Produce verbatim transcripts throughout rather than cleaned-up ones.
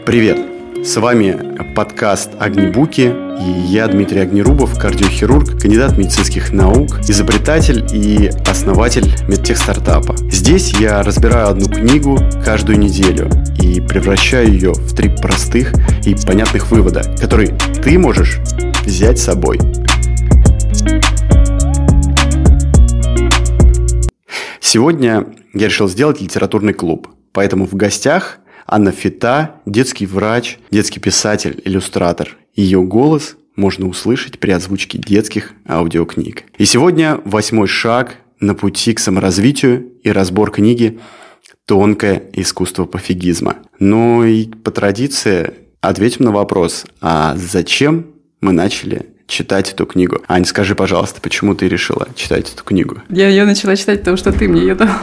Привет! С вами подкаст «Огнебуки» и я, Дмитрий Огнерубов, кардиохирург, кандидат медицинских наук, изобретатель и основатель медтех-стартапа. Здесь я разбираю одну книгу каждую неделю и превращаю ее в три простых и понятных вывода, которые ты можешь взять с собой. Сегодня я решил сделать литературный клуб, поэтому в гостях Анна Фита, детский врач, детский писатель, иллюстратор. Ее голос можно услышать при озвучке детских аудиокниг. И сегодня восьмой шаг на пути к саморазвитию и разбор книги «Тонкое искусство пофигизма». Ну и по традиции ответим на вопрос, а зачем мы начали читать эту книгу? Ань, скажи, пожалуйста, почему ты решила читать эту книгу? Я ее начала читать, потому что ты мне ее дал.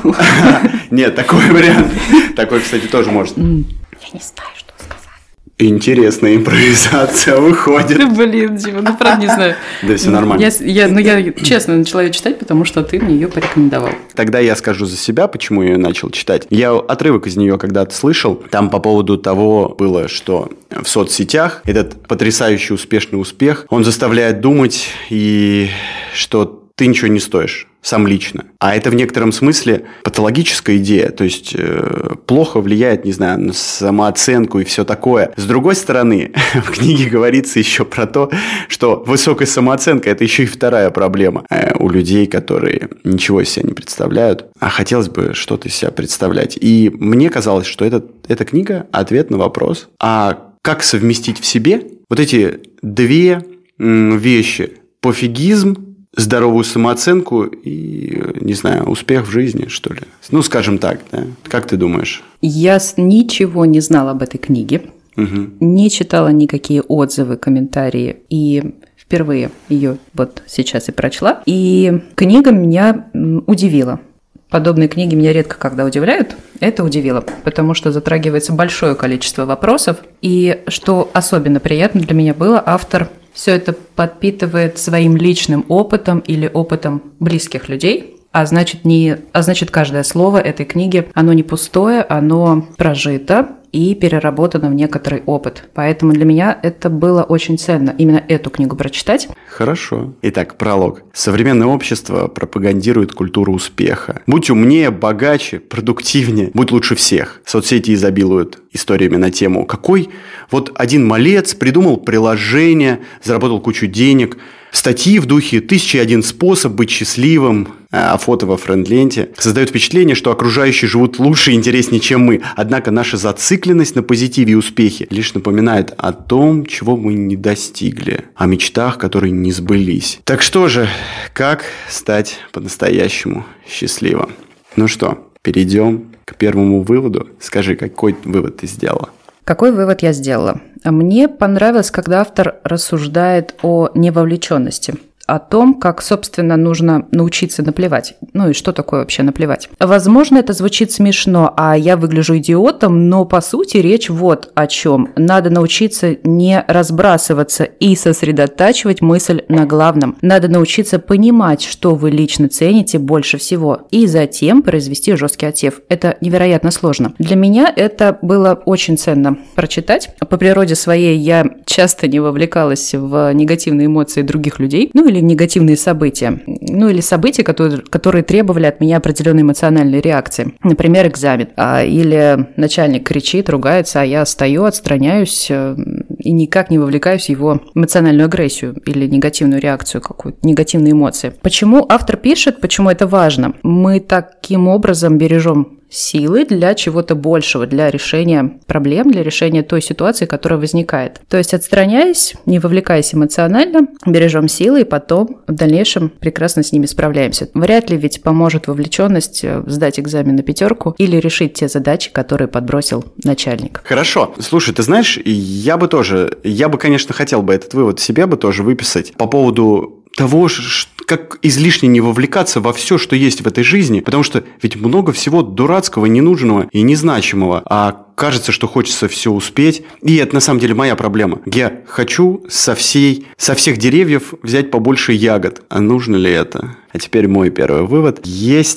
Нет, такой вариант. Такой, кстати, тоже может. Я не знаю, что сказать. Интересная импровизация выходит. Да блин, Дима, ну правда не знаю. Да все нормально. Я, я, ну я честно начала ее читать, потому что ты мне ее порекомендовал. Тогда я скажу за себя, почему я ее начал читать. Я отрывок из нее когда-то слышал. Там по поводу того было, что в соцсетях этот потрясающий успешный успех, он заставляет думать, и что ты ничего не стоишь. Сам лично. А это в некотором смысле патологическая идея, то есть э, плохо влияет, не знаю, на самооценку и все такое. С другой стороны, в книге говорится еще про то, что высокая самооценка – это еще и вторая проблема э, у людей, которые ничего из себя не представляют, а хотелось бы что-то из себя представлять. И мне казалось, что это, эта книга – ответ на вопрос, а как совместить в себе вот эти две м, вещи – пофигизм, здоровую самооценку и, не знаю, успех в жизни, что ли. Ну, скажем так, да? Как ты думаешь? Я ничего не знала об этой книге, угу. Не читала никакие отзывы, комментарии, и впервые ее вот сейчас и прочла. И книга меня удивила. Подобные книги меня редко когда удивляют. Это удивило, потому что затрагивается большое количество вопросов. И что особенно приятно для меня было, автор все это подпитывает своим личным опытом или опытом близких людей. А значит, не, а значит, каждое слово этой книги, оно не пустое, оно прожито и переработано в некоторый опыт. Поэтому для меня это было очень ценно, именно эту книгу прочитать. Хорошо. Итак, пролог. Современное общество пропагандирует культуру успеха. Будь умнее, богаче, продуктивнее, будь лучше всех. Соцсети изобилуют историями на тему, какой вот один малец придумал приложение, заработал кучу денег, статьи в духе «Тысяча и один способ быть счастливым», а фото во френд-ленте создают впечатление, что окружающие живут лучше и интереснее, чем мы. Однако наша зацикленность на позитиве и успехе лишь напоминает о том, чего мы не достигли, о мечтах, которые не сбылись. Так что же, как стать по-настоящему счастливым? Ну что, перейдем к первому выводу. Скажи, какой вывод ты сделала? Какой вывод я сделала? Мне понравилось, когда автор рассуждает о невовлеченности, о том, как, собственно, нужно научиться наплевать. Ну и что такое вообще наплевать? Возможно, это звучит смешно, а я выгляжу идиотом, но по сути речь вот о чем. Надо научиться не разбрасываться и сосредотачивать мысль на главном. Надо научиться понимать, что вы лично цените больше всего, и затем произвести жесткий отсев. Это невероятно сложно. Для меня это было очень ценно прочитать. По природе своей я часто не вовлекалась в негативные эмоции других людей, ну или негативные события, ну или события, которые, которые требовали от меня определенной эмоциональной реакции. Например, экзамен. Или начальник кричит, ругается, а я стою, отстраняюсь и никак не вовлекаюсь в его эмоциональную агрессию или негативную реакцию, какую-то негативные эмоции. Почему автор пишет, почему это важно? Мы таким образом бережем силы для чего-то большего, для решения проблем, для решения той ситуации, которая возникает. То есть, отстраняясь, не вовлекаясь эмоционально, бережем силы и потом в дальнейшем прекрасно с ними справляемся. Вряд ли ведь поможет вовлеченность сдать экзамен на пятерку или решить те задачи, которые подбросил начальник. Хорошо. Слушай, ты знаешь, я бы тоже, я бы, конечно, хотел бы этот вывод себе бы тоже выписать по поводу того, как излишне не вовлекаться во все, что есть в этой жизни, потому что ведь много всего дурацкого, ненужного и незначимого, а кажется, что хочется все успеть, и это на самом деле моя проблема. Я хочу со, всей, со всех деревьев взять побольше ягод, а нужно ли это? А теперь мой первый вывод. Есть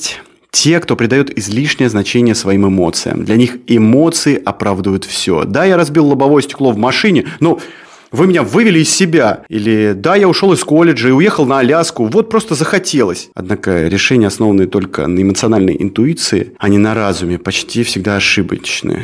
те, кто придает излишнее значение своим эмоциям. Для них эмоции оправдывают все. Да, я разбил лобовое стекло в машине, но... Вы меня вывели из себя. Или да, я ушел из колледжа и уехал на Аляску. Вот просто захотелось. Однако решения, основанные только на эмоциональной интуиции, а не на разуме, почти всегда ошибочны.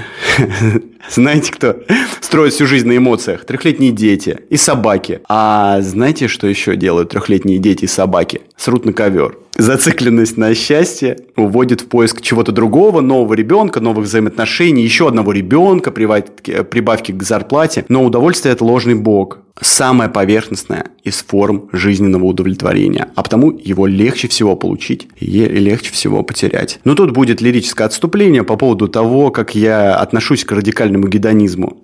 Знаете, кто строит всю жизнь на эмоциях? Трехлетние дети и собаки. А знаете, что еще делают трехлетние дети и собаки? Срут на ковер. Зацикленность на счастье уводит в поиск чего-то другого, нового ребенка, новых взаимоотношений, еще одного ребенка, прибавки к зарплате. Но удовольствие – это ложный бог. Самая поверхностная из форм жизненного удовлетворения. А потому его легче всего получить и легче всего потерять. Но тут будет лирическое отступление по поводу того, как я отношусь к радикальному гедонизму.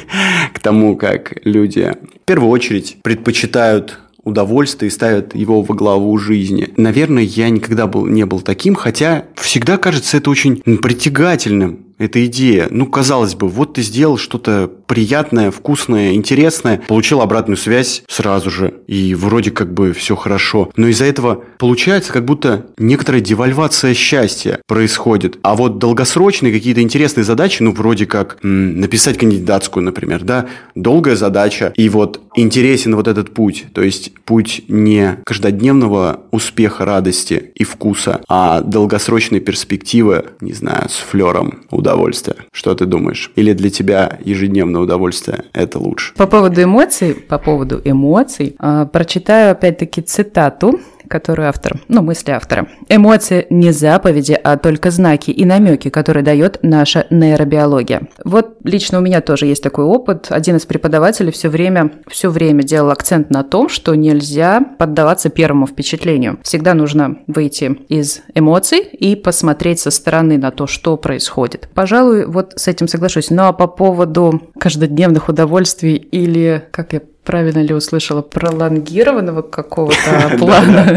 К тому, как люди в первую очередь предпочитают удовольствие и ставят его во главу жизни. Наверное, я никогда был, не был таким, хотя всегда кажется это очень притягательным. Эта идея. Ну, казалось бы, вот ты сделал что-то приятное, вкусное, интересное, получил обратную связь сразу же, и вроде как бы все хорошо. Но из-за этого получается, как будто некоторая девальвация счастья происходит. А вот долгосрочные какие-то интересные задачи, ну, вроде как м- написать кандидатскую, например, да, долгая задача, и вот интересен вот этот путь, то есть путь не каждодневного успеха, радости и вкуса, а долгосрочной перспективы, не знаю, с флером удовольствия. Что ты думаешь? Или для тебя ежедневное удовольствие – это лучше? По поводу эмоций, по поводу эмоций, э, прочитаю опять-таки цитату, которую автор, ну, мысли автора. Эмоции не заповеди, а только знаки и намеки, которые дает наша нейробиология. Вот лично у меня тоже есть такой опыт. Один из преподавателей все время, все время делал акцент на том, что нельзя поддаваться первому впечатлению. Всегда нужно выйти из эмоций и посмотреть со стороны на то, что происходит. Пожалуй, вот с этим соглашусь. Ну, а по поводу каждодневных удовольствий или, как я правильно ли услышала, пролонгированного какого-то плана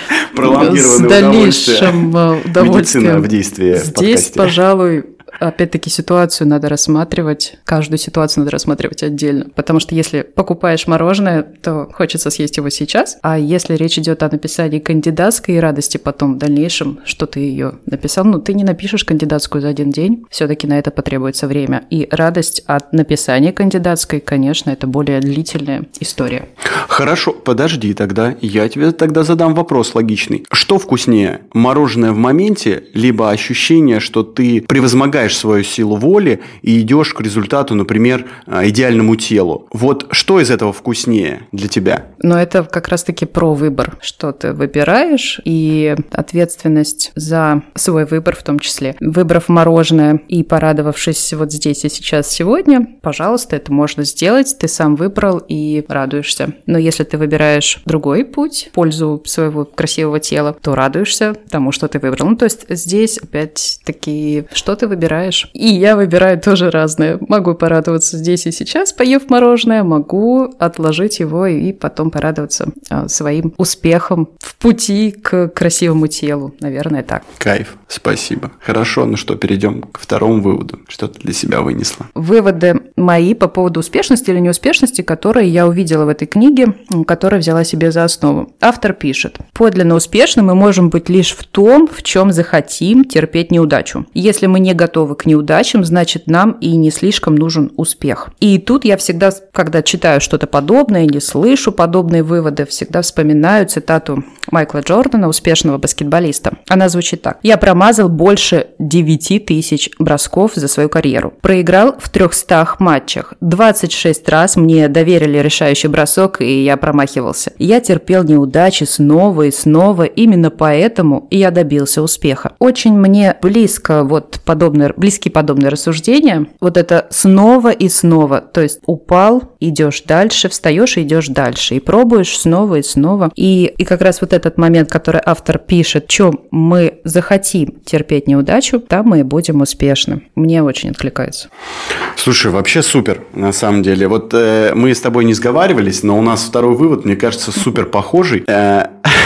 с дальнейшим удовольствием. Медицина в действии. Здесь, пожалуй, опять-таки ситуацию надо рассматривать, каждую ситуацию надо рассматривать отдельно, потому что если покупаешь мороженое, то хочется съесть его сейчас, а если речь идет о написании кандидатской и радости потом в дальнейшем, что ты ее написал, ну ты не напишешь кандидатскую за один день, все-таки на это потребуется время, и радость от написания кандидатской, конечно, это более длительная история. Хорошо, подожди тогда, я тебе тогда задам вопрос логичный. Что вкуснее, мороженое в моменте, либо ощущение, что ты превозмогаешь свою силу воли и идешь к результату, например, идеальному телу. Вот что из этого вкуснее для тебя? Но это как раз-таки про выбор. Что ты выбираешь и ответственность за свой выбор в том числе. Выбрав мороженое и порадовавшись вот здесь и сейчас сегодня, пожалуйста, это можно сделать. Ты сам выбрал и радуешься. Но если ты выбираешь другой путь в пользу своего красивого тела, то радуешься тому, что ты выбрал. Ну, то есть здесь опять-таки, что ты выбираешь? И я выбираю тоже разное. Могу порадоваться здесь и сейчас, поев мороженое, могу отложить его и потом порадоваться а, своим успехом в пути к красивому телу. Наверное, так. Кайф, спасибо. Хорошо, ну что, перейдем к второму выводу. Что ты для себя вынесла? Выводы мои по поводу успешности или неуспешности, которые я увидела в этой книге, которую взяла себе за основу. Автор пишет: подлинно успешны мы можем быть лишь в том, в чем захотим терпеть неудачу. Если мы не готовы к неудачам, значит, нам и не слишком нужен успех. И тут я всегда, когда читаю что-то подобное или слышу подобные выводы, всегда вспоминаю цитату Майкла Джордана, успешного баскетболиста. Она звучит так: «Я промазал больше девяти тысяч бросков за свою карьеру. Проиграл в трехстах матчах. двадцать шесть раз мне доверили решающий бросок, и я промахивался. Я терпел неудачи снова и снова, именно поэтому я добился успеха». Очень мне близко вот подобное близкие подобные рассуждения. Вот это снова и снова. То есть упал, идешь дальше, встаешь и идешь дальше. И пробуешь снова и снова. И, и как раз вот этот момент, который автор пишет, в чем мы захотим терпеть неудачу, там мы и будем успешны. Мне очень откликается. Слушай, вообще супер, на самом деле. Вот э, мы с тобой не сговаривались, но у нас второй вывод, мне кажется, супер похожий. Э,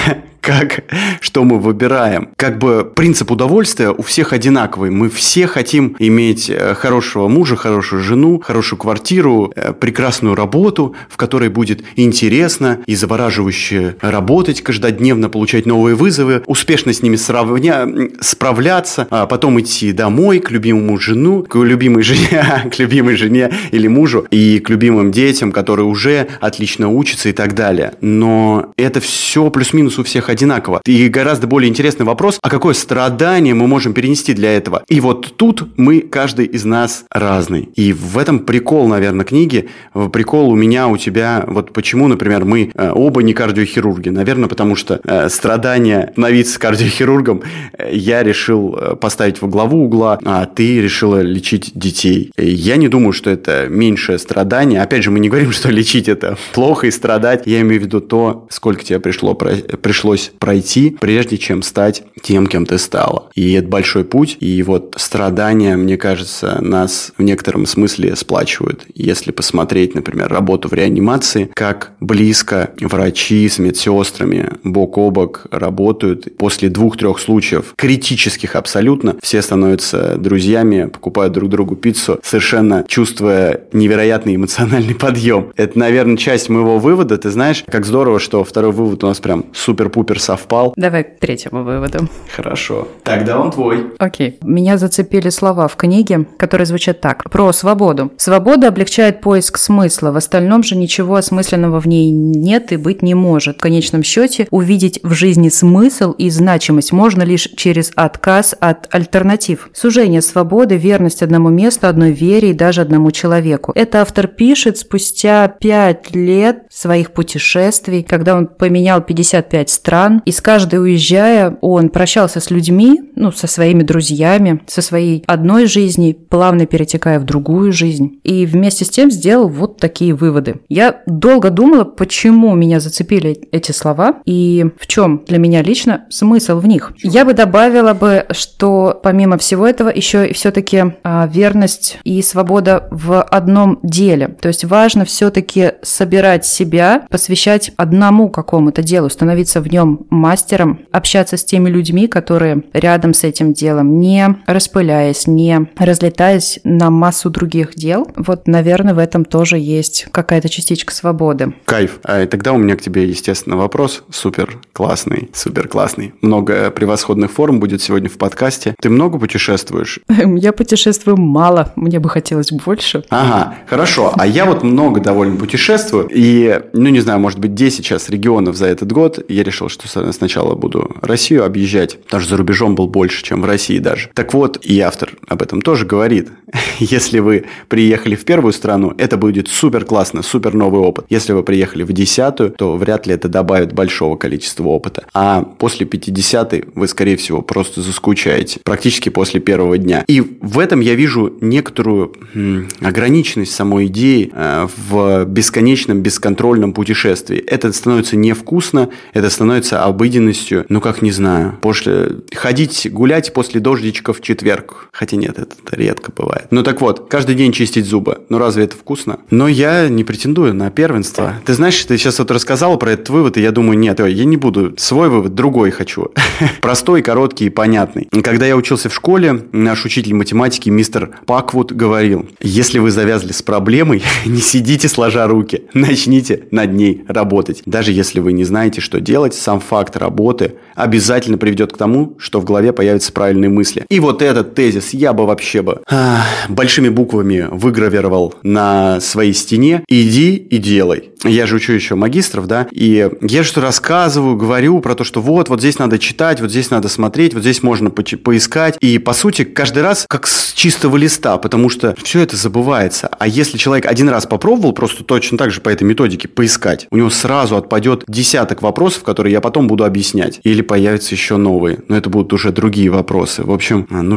как, что мы выбираем. Как бы принцип удовольствия у всех одинаковый. Мы все хотим иметь хорошего мужа, хорошую жену, хорошую квартиру, прекрасную работу, в которой будет интересно и завораживающе работать каждодневно, получать новые вызовы, успешно с ними сравня... справляться, а потом идти домой к любимому жену, к любимой жене, к любимой жене или мужу и к любимым детям, которые уже отлично учатся и так далее. Но это все плюс-минус у всех одинаково. И гораздо более интересный вопрос, а какое страдание мы можем перенести для этого? И вот тут мы, каждый из нас разный. И в этом прикол, наверное, книги. Прикол у меня, у тебя. Вот почему, например, мы оба не кардиохирурги. Наверное, потому что э, страдания становиться кардиохирургом я решил поставить во главу угла, а ты решила лечить детей. Я не думаю, что это меньшее страдание. Опять же, мы не говорим, что лечить это плохо и страдать. Я имею в виду то, сколько тебе пришло, пришлось пройти, прежде чем стать тем, кем ты стала. И это большой путь. И вот страдания, мне кажется, нас в некотором смысле сплачивают. Если посмотреть, например, работу в реанимации, как близко врачи с медсестрами бок о бок работают. После двух-трех случаев, критических абсолютно, все становятся друзьями, покупают друг другу пиццу, совершенно чувствуя невероятный эмоциональный подъем. Это, наверное, часть моего вывода. Ты знаешь, как здорово, что второй вывод у нас прям супер-пупер совпал. Давай к третьему выводу. Хорошо. Тогда он твой. Окей. Меня зацепили слова в книге, которые звучат так. Про свободу. Свобода облегчает поиск смысла. В остальном же ничего осмысленного в ней нет и быть не может. В конечном счете, увидеть в жизни смысл и значимость можно лишь через отказ от альтернатив. Сужение свободы, верность одному месту, одной вере и даже одному человеку. Это автор пишет спустя пять лет своих путешествий, когда он поменял пятьдесят пять стран, и с каждой уезжая, он прощался с людьми, ну, со своими друзьями, со своей одной жизни, плавно перетекая в другую жизнь. И вместе с тем сделал вот такие выводы. Я долго думала, почему меня зацепили эти слова, и в чем для меня лично смысл в них. Я бы добавила бы, что помимо всего этого еще и все-таки а, верность и свобода в одном деле. То есть важно все-таки собирать себя, посвящать одному какому-то делу, становиться в нем мастером, общаться с теми людьми, которые рядом с этим делом, не распыляясь, не разлетаясь на массу других дел. Вот, наверное, в этом тоже есть какая-то частичка свободы. Кайф. А тогда у меня к тебе, естественно, вопрос супер классный, супер классный. Много превосходных форм будет сегодня в подкасте. Ты много путешествуешь? Я путешествую мало, мне бы хотелось больше. Ага, хорошо. А я вот много довольно путешествую. И, ну, не знаю, может быть, десять сейчас регионов за этот год. Я решил, что сначала буду Россию объезжать, потому что за рубежом был больше, чем в России даже. Так вот, и автор об этом тоже говорит. Если вы приехали в первую страну, это будет супер классно, супер новый опыт. Если вы приехали в десятую, то вряд ли это добавит большого количества опыта. А после пятидесятой вы, скорее всего, просто заскучаете. Практически после первого дня. И в этом я вижу некоторую м, ограниченность самой идеи э, в бесконечном, бесконтрольном путешествии. Это становится невкусно, это становится обыденностью. Ну, как не знаю. После... Ходить гулять после дождичка в четверг. Хотя нет, это редко бывает. Ну, так вот, каждый день чистить зубы. Ну, разве это вкусно? Но я не претендую на первенство. Ты знаешь, ты сейчас вот рассказал про этот вывод, и я думаю, нет, я не буду свой вывод, другой хочу. Простой, короткий и понятный. Когда я учился в школе, наш учитель математики мистер Паквуд говорил: если вы завязли с проблемой, не сидите сложа руки, начните над ней работать. Даже если вы не знаете, что делать, сам факт работы обязательно приведет к тому, что в голове появятся правильные мысли. И вот этот тезис я бы вообще бы а, большими буквами выгравировал на своей стене. Иди и делай. Я же учу еще магистров, да, и я же что рассказываю, говорю про то, что вот, вот здесь надо читать, вот здесь надо смотреть, вот здесь можно по- поискать. И, по сути, каждый раз как с чистого листа, потому что все это забывается. А если человек один раз попробовал просто точно так же по этой методике поискать, у него сразу отпадет десяток вопросов, которые я потом буду объяснять. Или появятся еще новые, но это будут уже другие вопросы. В общем, нужно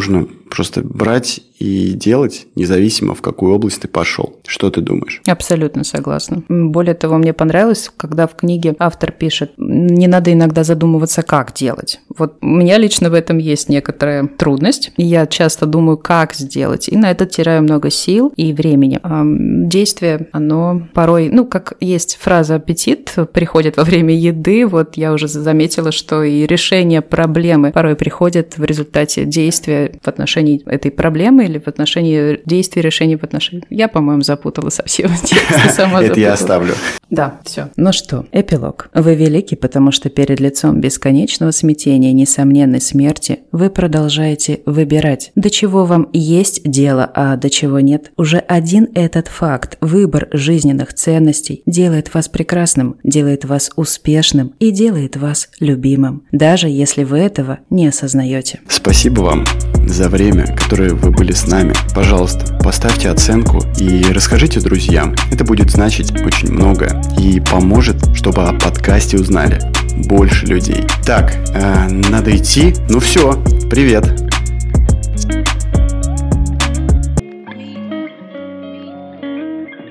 просто брать и делать, независимо, в какую область ты пошел. Что ты думаешь? Абсолютно согласна. Более того, мне понравилось, когда в книге автор пишет, не надо иногда задумываться, как делать. Вот у меня лично в этом есть некоторая трудность. Я часто думаю, как сделать, и на это теряю много сил и времени. Действие, оно порой, ну, как есть фраза «аппетит приходит во время еды», вот я уже заметила, что и решение проблемы порой приходит в результате действия в отношении этой проблемы или в отношении действий, решений в отношении... Я, по-моему, запутала совсем. Это я оставлю. Да, все. Ну что, эпилог. Вы велики, потому что перед лицом бесконечного смятения, несомненной смерти, вы продолжаете выбирать, до чего вам есть дело, а до чего нет. Уже один этот факт, выбор жизненных ценностей, делает вас прекрасным, делает вас успешным и делает вас любимым, даже если вы этого не осознаете. Спасибо вам за время, которое вы были с нами. Пожалуйста, поставьте оценку и расскажите друзьям. Это будет значить очень много и поможет, чтобы о подкасте узнали больше людей. Так, э, надо идти. Ну все, привет.